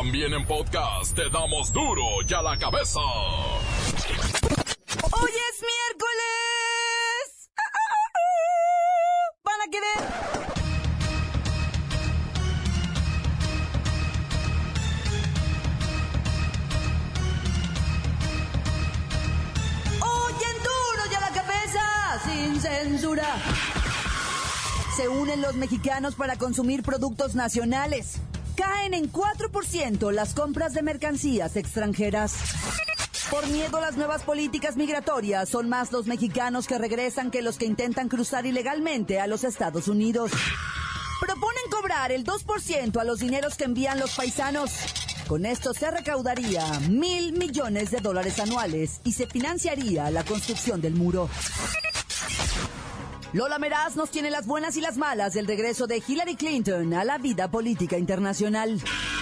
También en podcast te damos duro y a la cabeza. ¡Hoy es miércoles! ¿Van a querer? ¡Oyen duro y a la cabeza! ¡Sin censura! Se unen los mexicanos para consumir productos nacionales. Caen en 4% las compras de mercancías extranjeras. Por miedo a las nuevas políticas migratorias, son más los mexicanos que regresan que los que intentan cruzar ilegalmente a los Estados Unidos. Proponen cobrar el 2% a los dineros que envían los paisanos. Con esto se recaudaría $1,000 millones anuales y se financiaría la construcción del muro. Lola Meraz nos tiene las buenas y las malas del regreso de Hillary Clinton a la vida política internacional.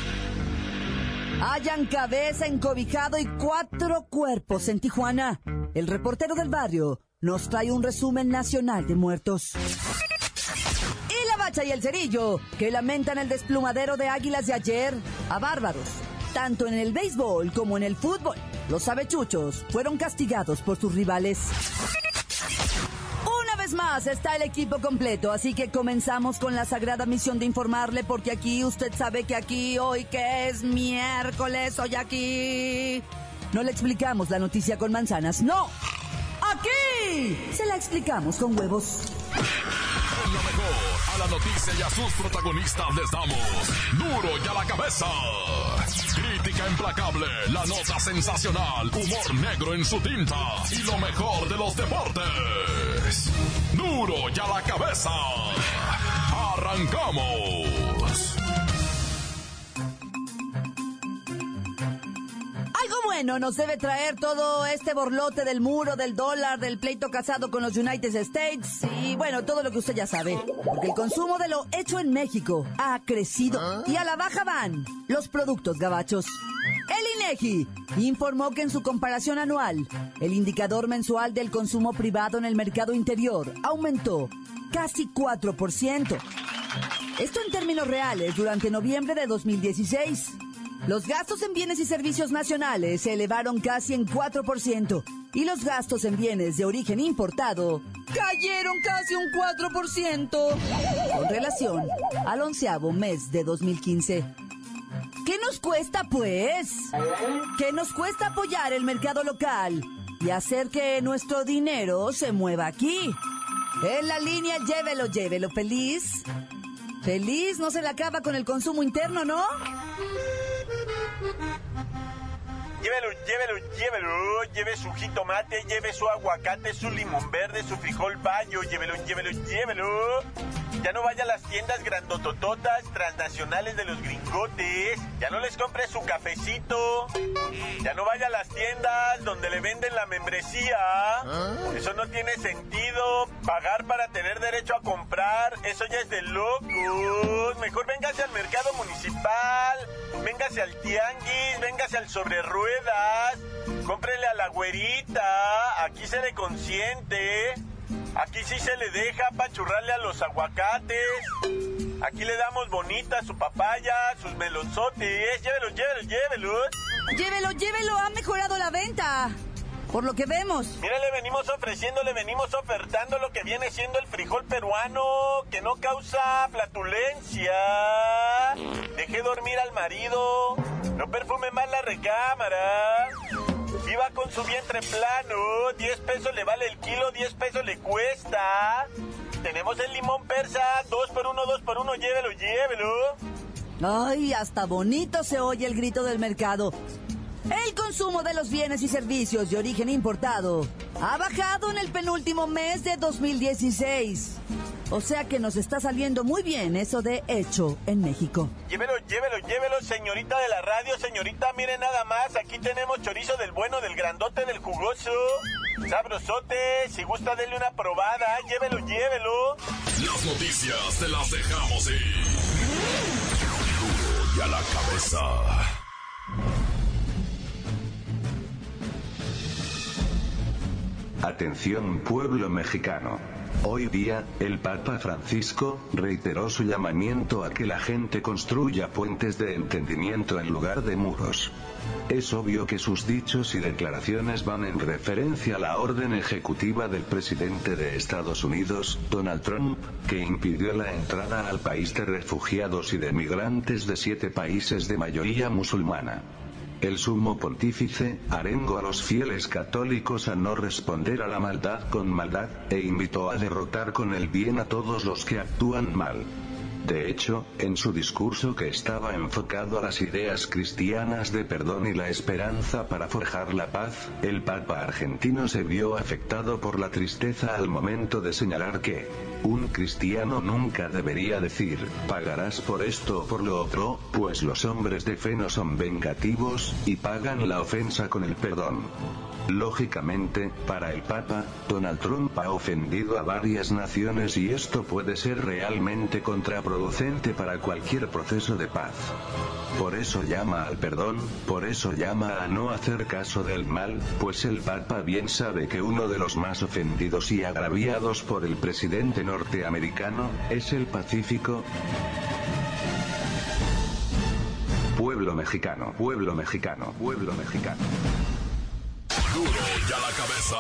Hallan cabeza encobijado y 4 cuerpos en Tijuana. El reportero del barrio nos trae un resumen nacional de muertos. Y la Bacha y el Cerillo, que lamentan el desplumadero de Águilas de ayer. A bárbaros, tanto en el béisbol como en el fútbol. Los avechuchos fueron castigados por sus rivales. Más está el equipo completo, así que comenzamos con la sagrada misión de informarle, porque aquí usted sabe que aquí hoy que es miércoles, hoy aquí no le explicamos la noticia con manzanas, no, aquí se la explicamos con huevos. En lo mejor, a la noticia y a sus protagonistas les damos duro y a la cabeza. Crítica implacable, la nota sensacional, humor negro en su tinta y lo mejor de los deportes. Duro y a la cabeza. ¡Arrancamos! Algo bueno nos debe traer todo este borlote del muro, del dólar, del pleito casado con los United States y bueno, todo lo que usted ya sabe. Porque el consumo de lo hecho en México ha crecido y a la baja van los productos gabachos. El INEGI informó que en su comparación anual, el indicador mensual del consumo privado en el mercado interior aumentó casi 4%. Esto en términos reales durante noviembre de 2016. Los gastos en bienes y servicios nacionales se elevaron casi en 4% y los gastos en bienes de origen importado cayeron casi un 4% con relación al 11º mes de 2015. ¿Qué nos cuesta, pues? ¿Qué nos cuesta apoyar el mercado local y hacer que nuestro dinero se mueva aquí? En la línea, llévelo, feliz. Feliz no se le acaba con el consumo interno, ¿no? Llévelo, lleve su jitomate, lleve su aguacate, su limón verde, su frijol bayo, llévelo. Ya no vaya a las tiendas grandotototas transnacionales de los gringotes, ya no les compre su cafecito, ya no vaya a las tiendas donde le venden la membresía, eso no tiene sentido, pagar para tener derecho a comprar, eso ya es de locos, mejor véngase al mercado municipal, véngase al tianguis, véngase al sobre ruedas, cómprele a la güerita, aquí se le consiente. Aquí sí se le deja pachurrarle a los aguacates. Aquí le damos bonita su papaya, sus melonzotes. Llévelo, ha mejorado la venta. Por lo que vemos. Mira, le venimos ofertando lo que viene siendo el frijol peruano, que no causa flatulencia. Deje dormir al marido. No perfume más la recámara. Viva con su vientre plano, 10 pesos le vale el kilo, 10 pesos le cuesta. Tenemos el limón persa, 2 por 1, llévelo. Ay, hasta bonito se oye el grito del mercado. El consumo de los bienes y servicios de origen importado ha bajado en el penúltimo mes de 2016. O sea que nos está saliendo muy bien eso de hecho en México. Llévelo, señorita de la radio, señorita, mire nada más, aquí tenemos chorizo del bueno, del grandote, del jugoso, sabrosote, si gusta denle una probada, llévelo. Las noticias te las dejamos ir. Duro y a la cabeza. Atención pueblo mexicano. Hoy día, el Papa Francisco reiteró su llamamiento a que la gente construya puentes de entendimiento en lugar de muros. Es obvio que sus dichos y declaraciones van en referencia a la orden ejecutiva del presidente de Estados Unidos, Donald Trump, que impidió la entrada al país de refugiados y de migrantes de 7 países de mayoría musulmana. El sumo pontífice arengó a los fieles católicos a no responder a la maldad con maldad, e invitó a derrotar con el bien a todos los que actúan mal. De hecho, en su discurso, que estaba enfocado a las ideas cristianas de perdón y la esperanza para forjar la paz, el Papa argentino se vio afectado por la tristeza al momento de señalar que un cristiano nunca debería decir, pagarás por esto o por lo otro, pues los hombres de fe no son vengativos, y pagan la ofensa con el perdón. Lógicamente, para el Papa, Donald Trump ha ofendido a varias naciones y esto puede ser realmente contraproducente para cualquier proceso de paz. Por eso llama al perdón, por eso llama a no hacer caso del mal, pues el Papa bien sabe que uno de los más ofendidos y agraviados por el presidente norteamericano es el Pacífico. Pueblo mexicano, pueblo mexicano, pueblo mexicano. Duro y a la cabeza.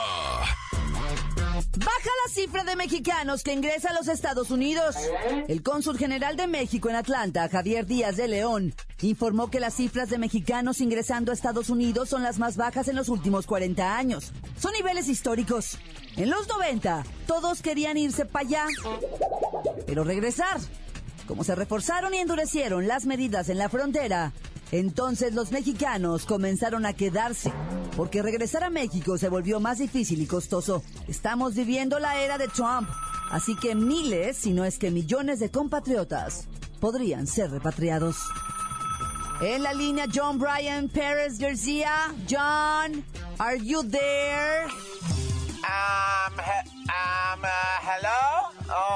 Baja la cifra de mexicanos que ingresa a los Estados Unidos. El cónsul general de México en Atlanta, Javier Díaz de León, informó que las cifras de mexicanos ingresando a Estados Unidos son las más bajas en los últimos 40 años. Son niveles históricos. En los 90, todos querían irse para allá, pero regresar. Como se reforzaron y endurecieron las medidas en la frontera, entonces los mexicanos comenzaron a quedarse, porque regresar a México se volvió más difícil y costoso. Estamos viviendo la era de Trump, así que miles, si no es que millones de compatriotas podrían ser repatriados. En la línea John Brian Pérez García. John, are you there? Hello?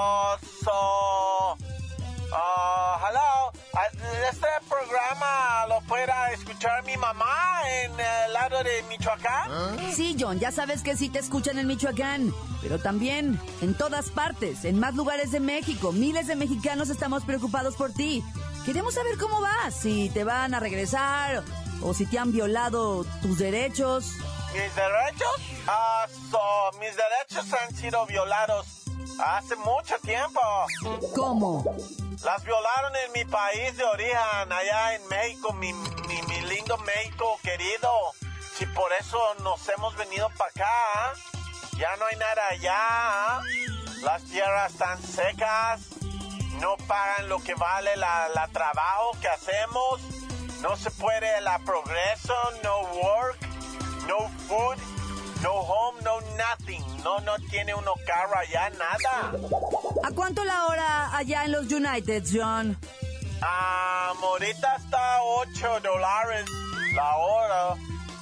Hello. Este programa lo pueda escuchar mi mamá en el lado de Michoacán. Sí, John, ya sabes que sí te escuchan en Michoacán, pero también en todas partes, en más lugares de México. Miles de mexicanos estamos preocupados por ti. Queremos saber cómo vas, si te van a regresar o si te han violado tus derechos. ¿Mis derechos? Mis derechos han sido violados hace mucho tiempo. ¿Cómo? Las violaron en mi país de origen, allá en México, mi lindo México querido. Si por eso nos hemos venido para acá, ya no hay nada allá. Las tierras están secas, no pagan lo que vale la trabajo que hacemos. No se puede la progreso, no work, no food, no home, no nothing. No tiene uno carro allá, nada. ¿A cuánto la hora allá en los United, John? Ahorita está $8 la hora.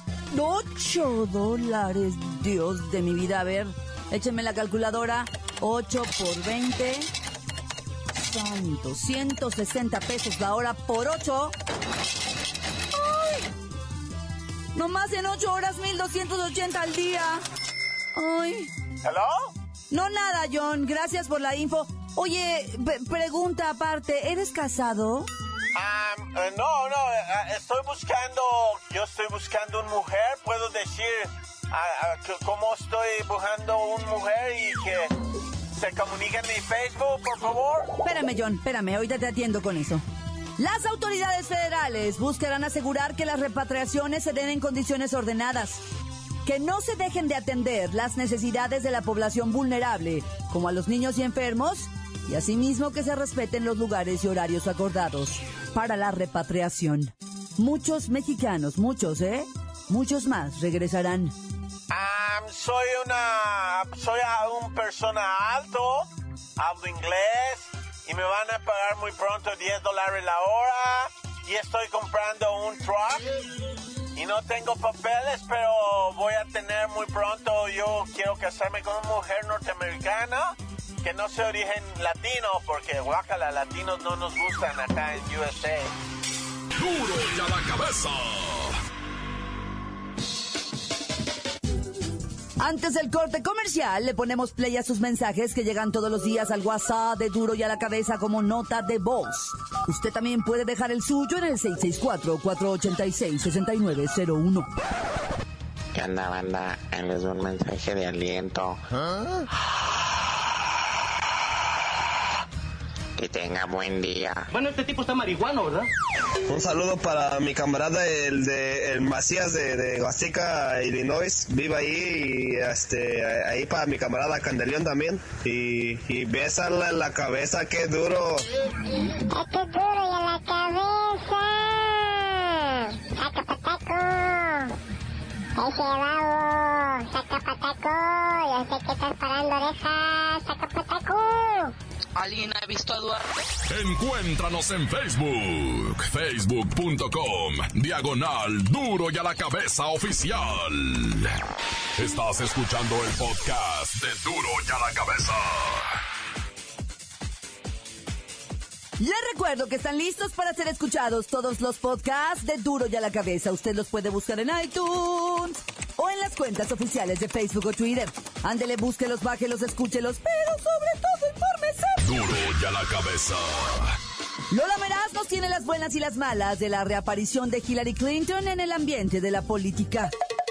$8, Dios de mi vida. A ver, échenme la calculadora. 8 por 20. Santo, 160 pesos la hora por 8. ¡Ay! Nomás en 8 horas, 1,280 al día. ¡Ay! ¿Hello? No, nada, John. Gracias por la info. Oye, pregunta aparte. ¿Eres casado? No. Yo estoy buscando una mujer. Puedo decir cómo estoy buscando una mujer y que se comunique en mi Facebook, por favor. Espérame, John, ahorita te atiendo con eso. Las autoridades federales buscarán asegurar que las repatriaciones se den en condiciones ordenadas, que no se dejen de atender las necesidades de la población vulnerable, como a los niños y enfermos, y asimismo que se respeten los lugares y horarios acordados para la repatriación. Muchos mexicanos, muchos más regresarán. Soy un persona alto, hablo inglés y me van a pagar muy pronto $10 la hora y estoy comprando un truck y no tengo papeles, pero voy a tener muy pronto. Yo quiero casarme con una mujer norteamericana que no sea origen latino, porque guácala, latinos no nos gustan acá en USA. Duro y a la cabeza. Antes del corte comercial, le ponemos play a sus mensajes que llegan todos los días al WhatsApp de Duro y a la Cabeza como nota de voz. Usted también puede dejar el suyo en el 664-486-6901. ¿Qué onda, banda? Les doy un mensaje de aliento. Que tenga buen día. Bueno, este tipo está marihuano, ¿verdad? Un saludo para mi camarada, el Macías de Huasteca, Illinois. Vive ahí y ahí para mi camarada Candelión también. Y bésale en la cabeza, qué duro. ¡Qué duro y a la cabeza! ¡Saca pataco! ¡Ese babo! ¡Saca pataco! Yo sé que estás parando orejas. ¡Saca pataco! ¿Alguien ha visto a Duarte? Encuéntranos en Facebook, facebook.com/Duro y a la Cabeza Oficial. Estás escuchando el podcast de Duro y a la Cabeza. Les recuerdo que están listos para ser escuchados todos los podcasts de Duro y a la Cabeza. Usted los puede buscar en iTunes o en las cuentas oficiales de Facebook o Twitter. Ándele, búsquelos, bájelos, escúchelos, pero sobre todo infórmese. Duro y a la Cabeza. Lola Meraz nos tiene las buenas y las malas de la reaparición de Hillary Clinton en el ambiente de la política.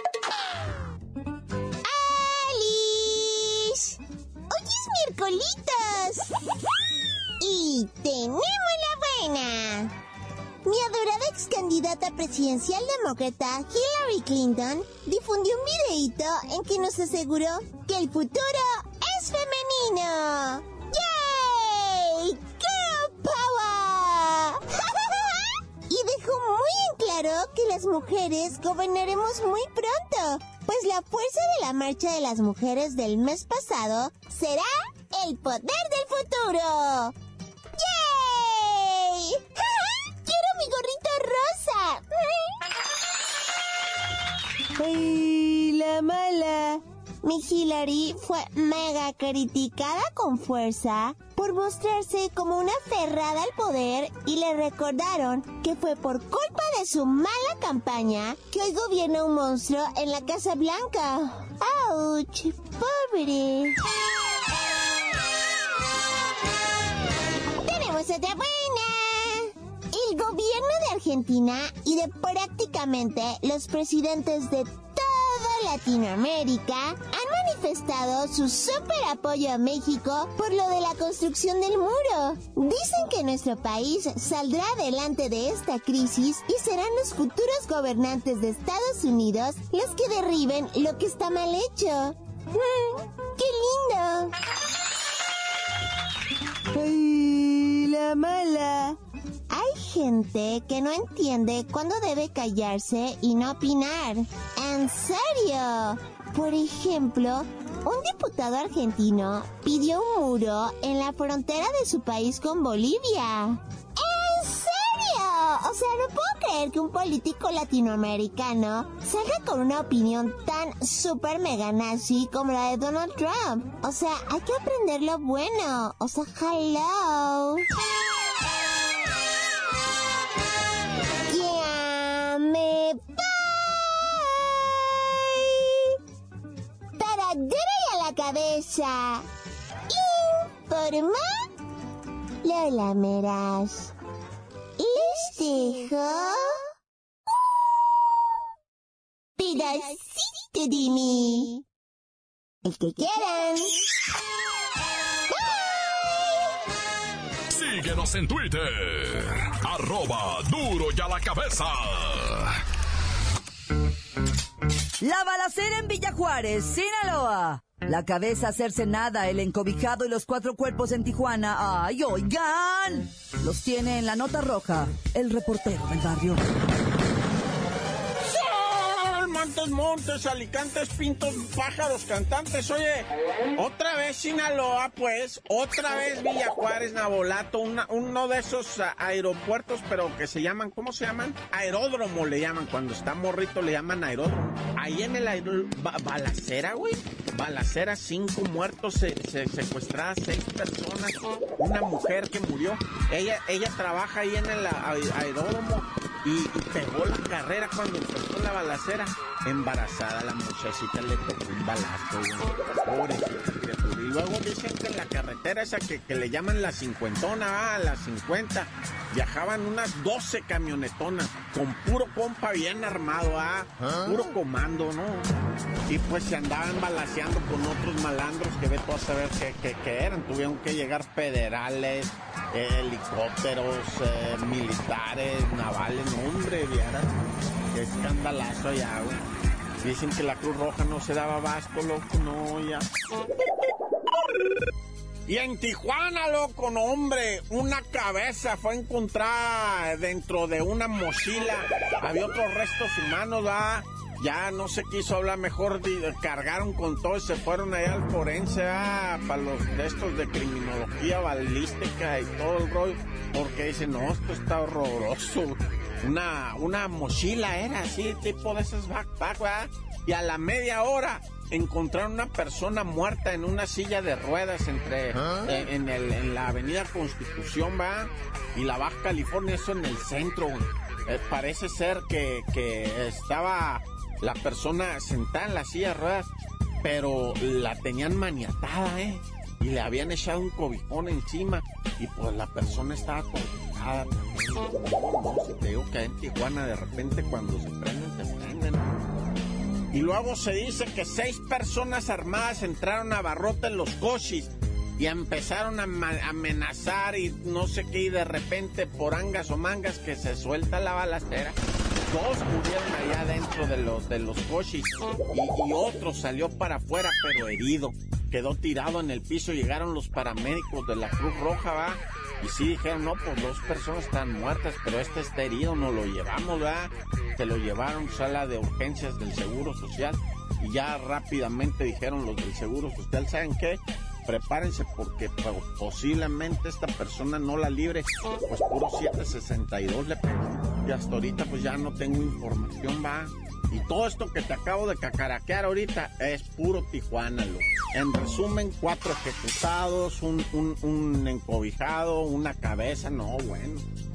¡Alice! ¡Hoy es miércolitos! ¡Y tenemos la buena! Mi adorada ex candidata presidencial demócrata Hillary Clinton difundió un videíto en que nos aseguró que el futuro es femenino. ¡Yay! ¡Girl power! Y dejó muy en claro que las mujeres gobernaremos muy pronto, pues la fuerza de la marcha de las mujeres del mes pasado será el poder del futuro. ¡Yay! ¡Quiero mi gorrito rosa! ¡Ay, la mala! Mi Hillary fue mega criticada con fuerza por mostrarse como una aferrada al poder y le recordaron que fue por culpa de su mala campaña que hoy gobierna un monstruo en la Casa Blanca. ¡Auch! ¡Pobre! ¡Tenemos otra buena! El gobierno de Argentina y de prácticamente los presidentes de toda Latinoamérica han manifestado su súper apoyo a México por lo de la construcción del muro. Dicen que nuestro país saldrá adelante de esta crisis y serán los futuros gobernantes de Estados Unidos los que derriben lo que está mal hecho. ¡Qué lindo! ¡Ay, la mala! Hay gente que no entiende cuándo debe callarse y no opinar. ¡En serio! Por ejemplo, un diputado argentino pidió un muro en la frontera de su país con Bolivia. ¡En serio! O sea, no puedo creer que un político latinoamericano salga con una opinión tan súper mega nazi como la de Donald Trump. O sea, hay que aprender lo bueno. O sea, hello. ¡Ya me voy! Para Duro y a la Cabeza. Informa Lola Meraz. Les dejo pedacito de mí. El que quieran. Síguenos en Twitter, @Duro y a la Cabeza. La balacera en Villa Juárez, Sinaloa. La cabeza cercenada, el encobijado y los 4 cuerpos en Tijuana. ¡Ay, oigan! Los tiene en la nota roja, el reportero del barrio. Montes, alicantes, pintos, pájaros, cantantes. Oye, otra vez Sinaloa, pues, otra vez Villa Juárez, Navolato, uno de esos aeropuertos, pero que se llaman, ¿cómo se llaman? Aeródromo le llaman, cuando está morrito le llaman aeródromo. Ahí en el balacera, güey, balacera, 5 muertos, secuestradas 6 personas, una mujer que murió. Ella trabaja ahí en el aeródromo. y pegó la carrera cuando empezó la balacera. Embarazada la muchachita, le tocó un balazo, güey. Pobrecita criatura. Y luego dicen que en la carretera esa que le llaman la cincuentona, la 50, viajaban unas 12 camionetonas con puro compa bien armado, puro comando, ¿no? Y pues se andaban balaceando con otros malandros que ve tú a saber qué eran. Tuvieron que llegar federales, helicópteros, militares, navales, no, hombre, vieras. Qué escandalazo allá, güey. Dicen que la Cruz Roja no se daba abasto, loco, no, ya. Y en Tijuana, loco, no, hombre, una cabeza fue encontrada dentro de una mochila. Había otros restos humanos, ya no se quiso hablar, mejor cargaron con todo y se fueron allá al forense, para los de estos de criminología balística y todo el rollo, porque dicen, no, esto está horroroso. Una mochila era así, tipo de esas backpack, ¿verdad? Y a la media hora encontraron una persona muerta en una silla de ruedas en la avenida Constitución, ¿va? Y la Baja California, eso en el centro. Parece ser que estaba la persona sentada en la silla de ruedas, pero la tenían maniatada, y le habían echado un cobijón encima, y pues la persona estaba colgada también. No, si te digo que en Tijuana de repente cuando se prenden, te prenden. Y luego se dice que 6 personas armadas entraron a barrote en los coches y empezaron a amenazar y no sé qué, y de repente por angas o mangas que se suelta la balacera. 2 murieron allá dentro de los coches y otro salió para afuera pero herido. Quedó tirado en el piso, llegaron los paramédicos de la Cruz Roja, ¿va? Y sí dijeron, no, pues 2 personas están muertas, pero este está herido, nos lo llevamos, ¿va? Se lo llevaron a sala de urgencias del Seguro Social y ya rápidamente dijeron los del Seguro Social, ¿saben qué? Prepárense porque posiblemente esta persona no la libre, pues puro 762 le pegó. Y hasta ahorita pues ya no tengo información, ¿va? Y todo esto que te acabo de cacaraquear ahorita es puro Tijuana, loco. En resumen, 4 ejecutados, un encobijado, una cabeza, no, bueno.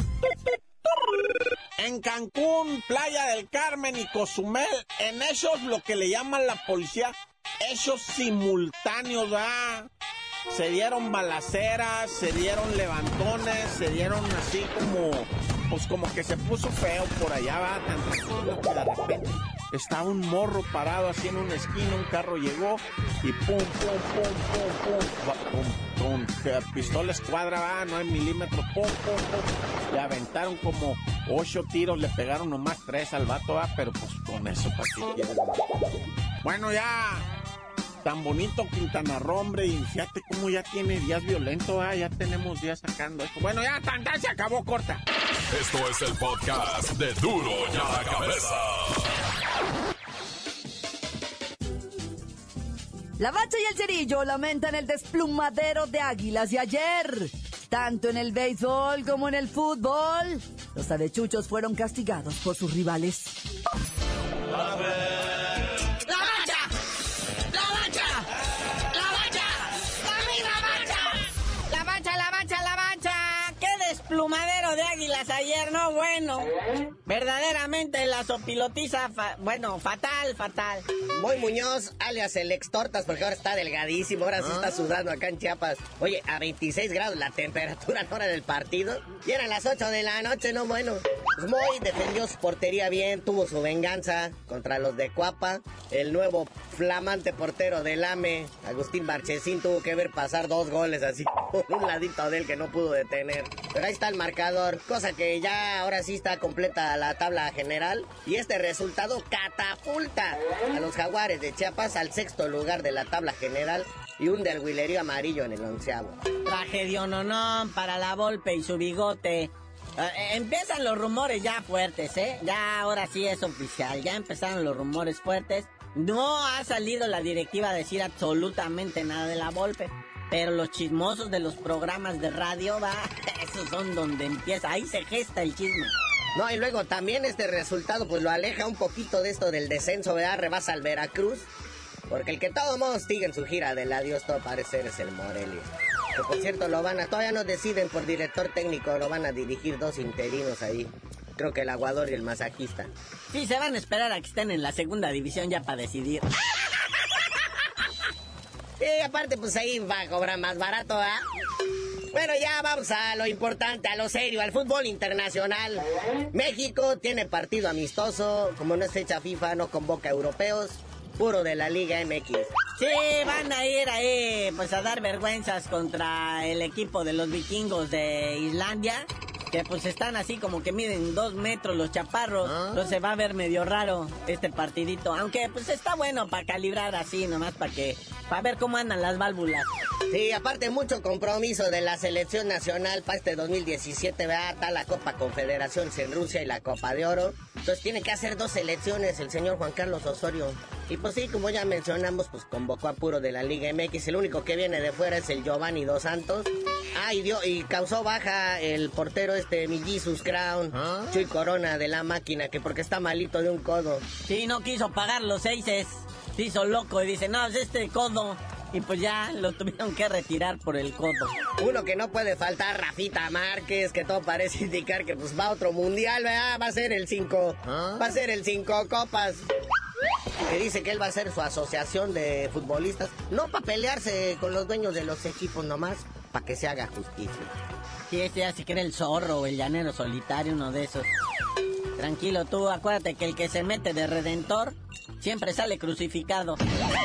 En Cancún, Playa del Carmen y Cozumel, en esos lo que le llaman la policía, hechos simultáneos, ¿verdad? Se dieron balaceras, se dieron levantones, se dieron así como que se puso feo por allá, va, tan tranquilo que de repente estaba un morro parado así en una esquina, un carro llegó y pum, con pistola escuadra, va, 9 milímetros, pum, le aventaron como 8 tiros, le pegaron nomás 3 al vato, va, pero pues con eso, ¿para qué quieres? Bueno, ya... Tan bonito Quintana Roo, hombre, y fíjate cómo ya tiene días violentos, ya tenemos días sacando esto. Bueno, ya se acabó, corta. Esto es el podcast de Duro y a la Cabeza. La Bacha y el Cerillo lamentan el desplumadero de Águilas de ayer. Tanto en el béisbol como en el fútbol, los avechuchos fueron castigados por sus rivales. Plumadero de Águilas ayer, no, bueno. Verdaderamente la sopilotiza, fatal. Muy Muñoz, alias el extortas, porque ahora está delgadísimo, ahora sí está sudando acá en Chiapas. Oye, a 26 grados la temperatura a la hora del partido. Y eran las 8 de la noche, no, bueno. Pues Moy defendió su portería bien, tuvo su venganza contra los de Cuapa. El nuevo flamante portero del AME, Agustín Marchesín, tuvo que ver pasar 2 goles así por un ladito de él que no pudo detener. Pero ahí está el marcador, cosa que ya ahora sí está completa la tabla general. Y este resultado catapulta a los Jaguares de Chiapas al 6º lugar de la tabla general y hunde al Huilerío Amarillo en el 11º. Tragedia no para la Volpe y su bigote. Empiezan los rumores ya fuertes, ya ahora sí es oficial, ya empezaron los rumores fuertes. No ha salido la directiva a decir absolutamente nada de la Volpe, pero los chismosos de los programas de radio, esos son donde empieza, ahí se gesta el chisme. No, y luego también este resultado pues lo aleja un poquito de esto del descenso, ¿verdad? Rebasa al Veracruz, porque el que todo modo sigue en su gira del adiós todo parecer es el Morelia. Que por cierto todavía no deciden por director técnico, lo van a dirigir 2 interinos ahí. creo que el aguador y el masajista. Sí, se van a esperar a que estén en la segunda división ya para decidir. Y aparte, pues ahí va a cobrar más barato, ¿ah? Bueno, ya vamos a lo importante, a lo serio, al fútbol internacional. México tiene partido amistoso, como no es fecha FIFA, no convoca europeos, puro de la Liga MX. Sí, van a ir ahí, pues a dar vergüenzas contra el equipo de los vikingos de Islandia, que pues están así como que miden 2 metros los chaparros. Entonces va a ver medio raro este partidito, aunque pues está bueno para calibrar así, nomás para ver cómo andan las válvulas. Sí, aparte mucho compromiso de la selección nacional para este 2017, ¿verdad? Está la Copa Confederaciones en Rusia y la Copa de Oro. Entonces tiene que hacer 2 selecciones el señor Juan Carlos Osorio. Y pues sí, como ya mencionamos, pues convocó a puro de la Liga MX. El único que viene de fuera es el Giovanni Dos Santos. Y causó baja el portero mi Jesus Crown, Chuy Corona de la Máquina, que porque está malito de un codo. Sí, no quiso pagar los 6. Se hizo loco y dice, no, es este codo. Y pues ya lo tuvieron que retirar por el codo. Uno que no puede faltar, Rafita Márquez, que todo parece indicar que pues va a otro mundial, ¿verdad? Va a ser el 5. Va a ser el 5 copas. Que dice que él va a hacer su asociación de futbolistas. No para pelearse con los dueños de los equipos nomás, para que se haga justicia. Sí, ya se quiere el zorro o el llanero solitario, uno de esos. Tranquilo tú, acuérdate que el que se mete de redentor siempre sale crucificado.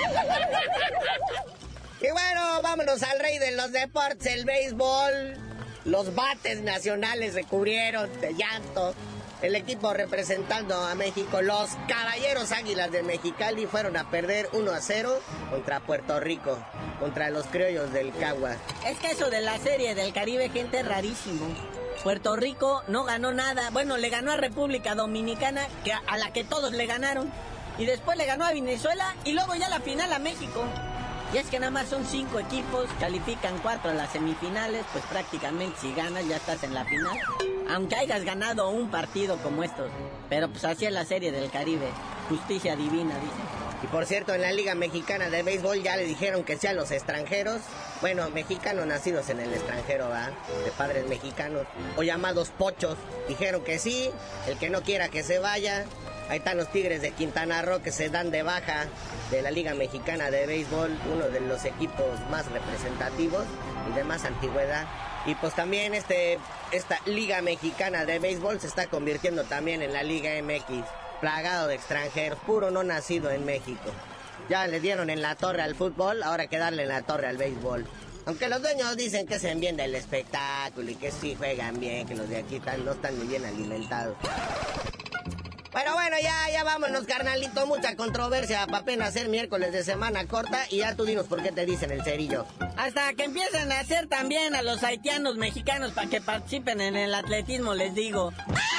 Y bueno, vámonos al rey de los deportes, el béisbol. Los bates nacionales se cubrieron de llanto. El equipo representando a México, los Caballeros Águilas de Mexicali, fueron a perder 1-0 contra Puerto Rico, contra los criollos del Cagua. Es que eso de la Serie del Caribe, gente, es rarísimo. Puerto Rico no ganó nada. Bueno, le ganó a República Dominicana, a la que todos le ganaron. Y después le ganó a Venezuela y luego ya la final a México. Y es que nada más son 5 equipos, califican 4 a las semifinales, pues prácticamente si ganas ya estás en la final. Aunque hayas ganado un partido como estos. Pero pues así es la Serie del Caribe. Justicia divina, dicen. Y por cierto, en la Liga Mexicana de Béisbol ya le dijeron que sean los extranjeros, bueno, mexicanos nacidos en el extranjero, ¿verdad? De padres mexicanos, o llamados pochos, dijeron que sí, el que no quiera que se vaya. Ahí están los Tigres de Quintana Roo que se dan de baja de la Liga Mexicana de Béisbol, uno de los equipos más representativos y de más antigüedad. Y pues también esta Liga Mexicana de Béisbol se está convirtiendo también en la Liga MX, plagado de extranjeros, puro no nacido en México. Ya le dieron en la torre al fútbol, ahora hay que darle en la torre al béisbol. Aunque los dueños dicen que se bien del espectáculo y que sí juegan bien, que los de aquí no están muy bien alimentados. Bueno, ya vámonos, carnalito. Mucha controversia para apenas ser miércoles de semana corta. Y ya tú dinos por qué te dicen el cerillo. Hasta que empiecen a hacer también a los haitianos mexicanos para que participen en el atletismo, les digo.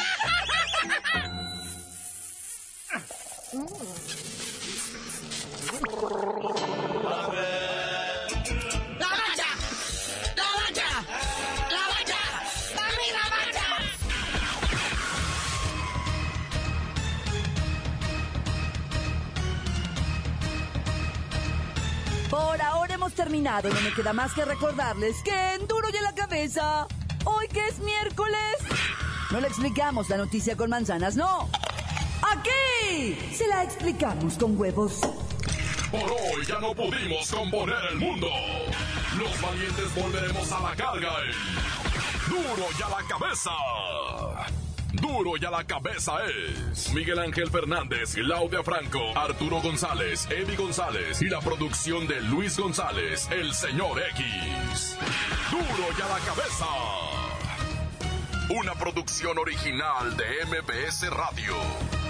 Por ahora hemos terminado, no me queda más que recordarles que en Duro y a la Cabeza, hoy que es miércoles, no le explicamos la noticia con manzanas, no. Aquí se la explicamos con huevos. Por hoy ya no pudimos componer el mundo. Los valientes volveremos a la carga en Duro y a la Cabeza. Duro y a la Cabeza es Miguel Ángel Fernández, Claudia Franco, Arturo González, Eddie González y la producción de Luis González, el señor X. Duro y a la Cabeza. Una producción original de MBS Radio.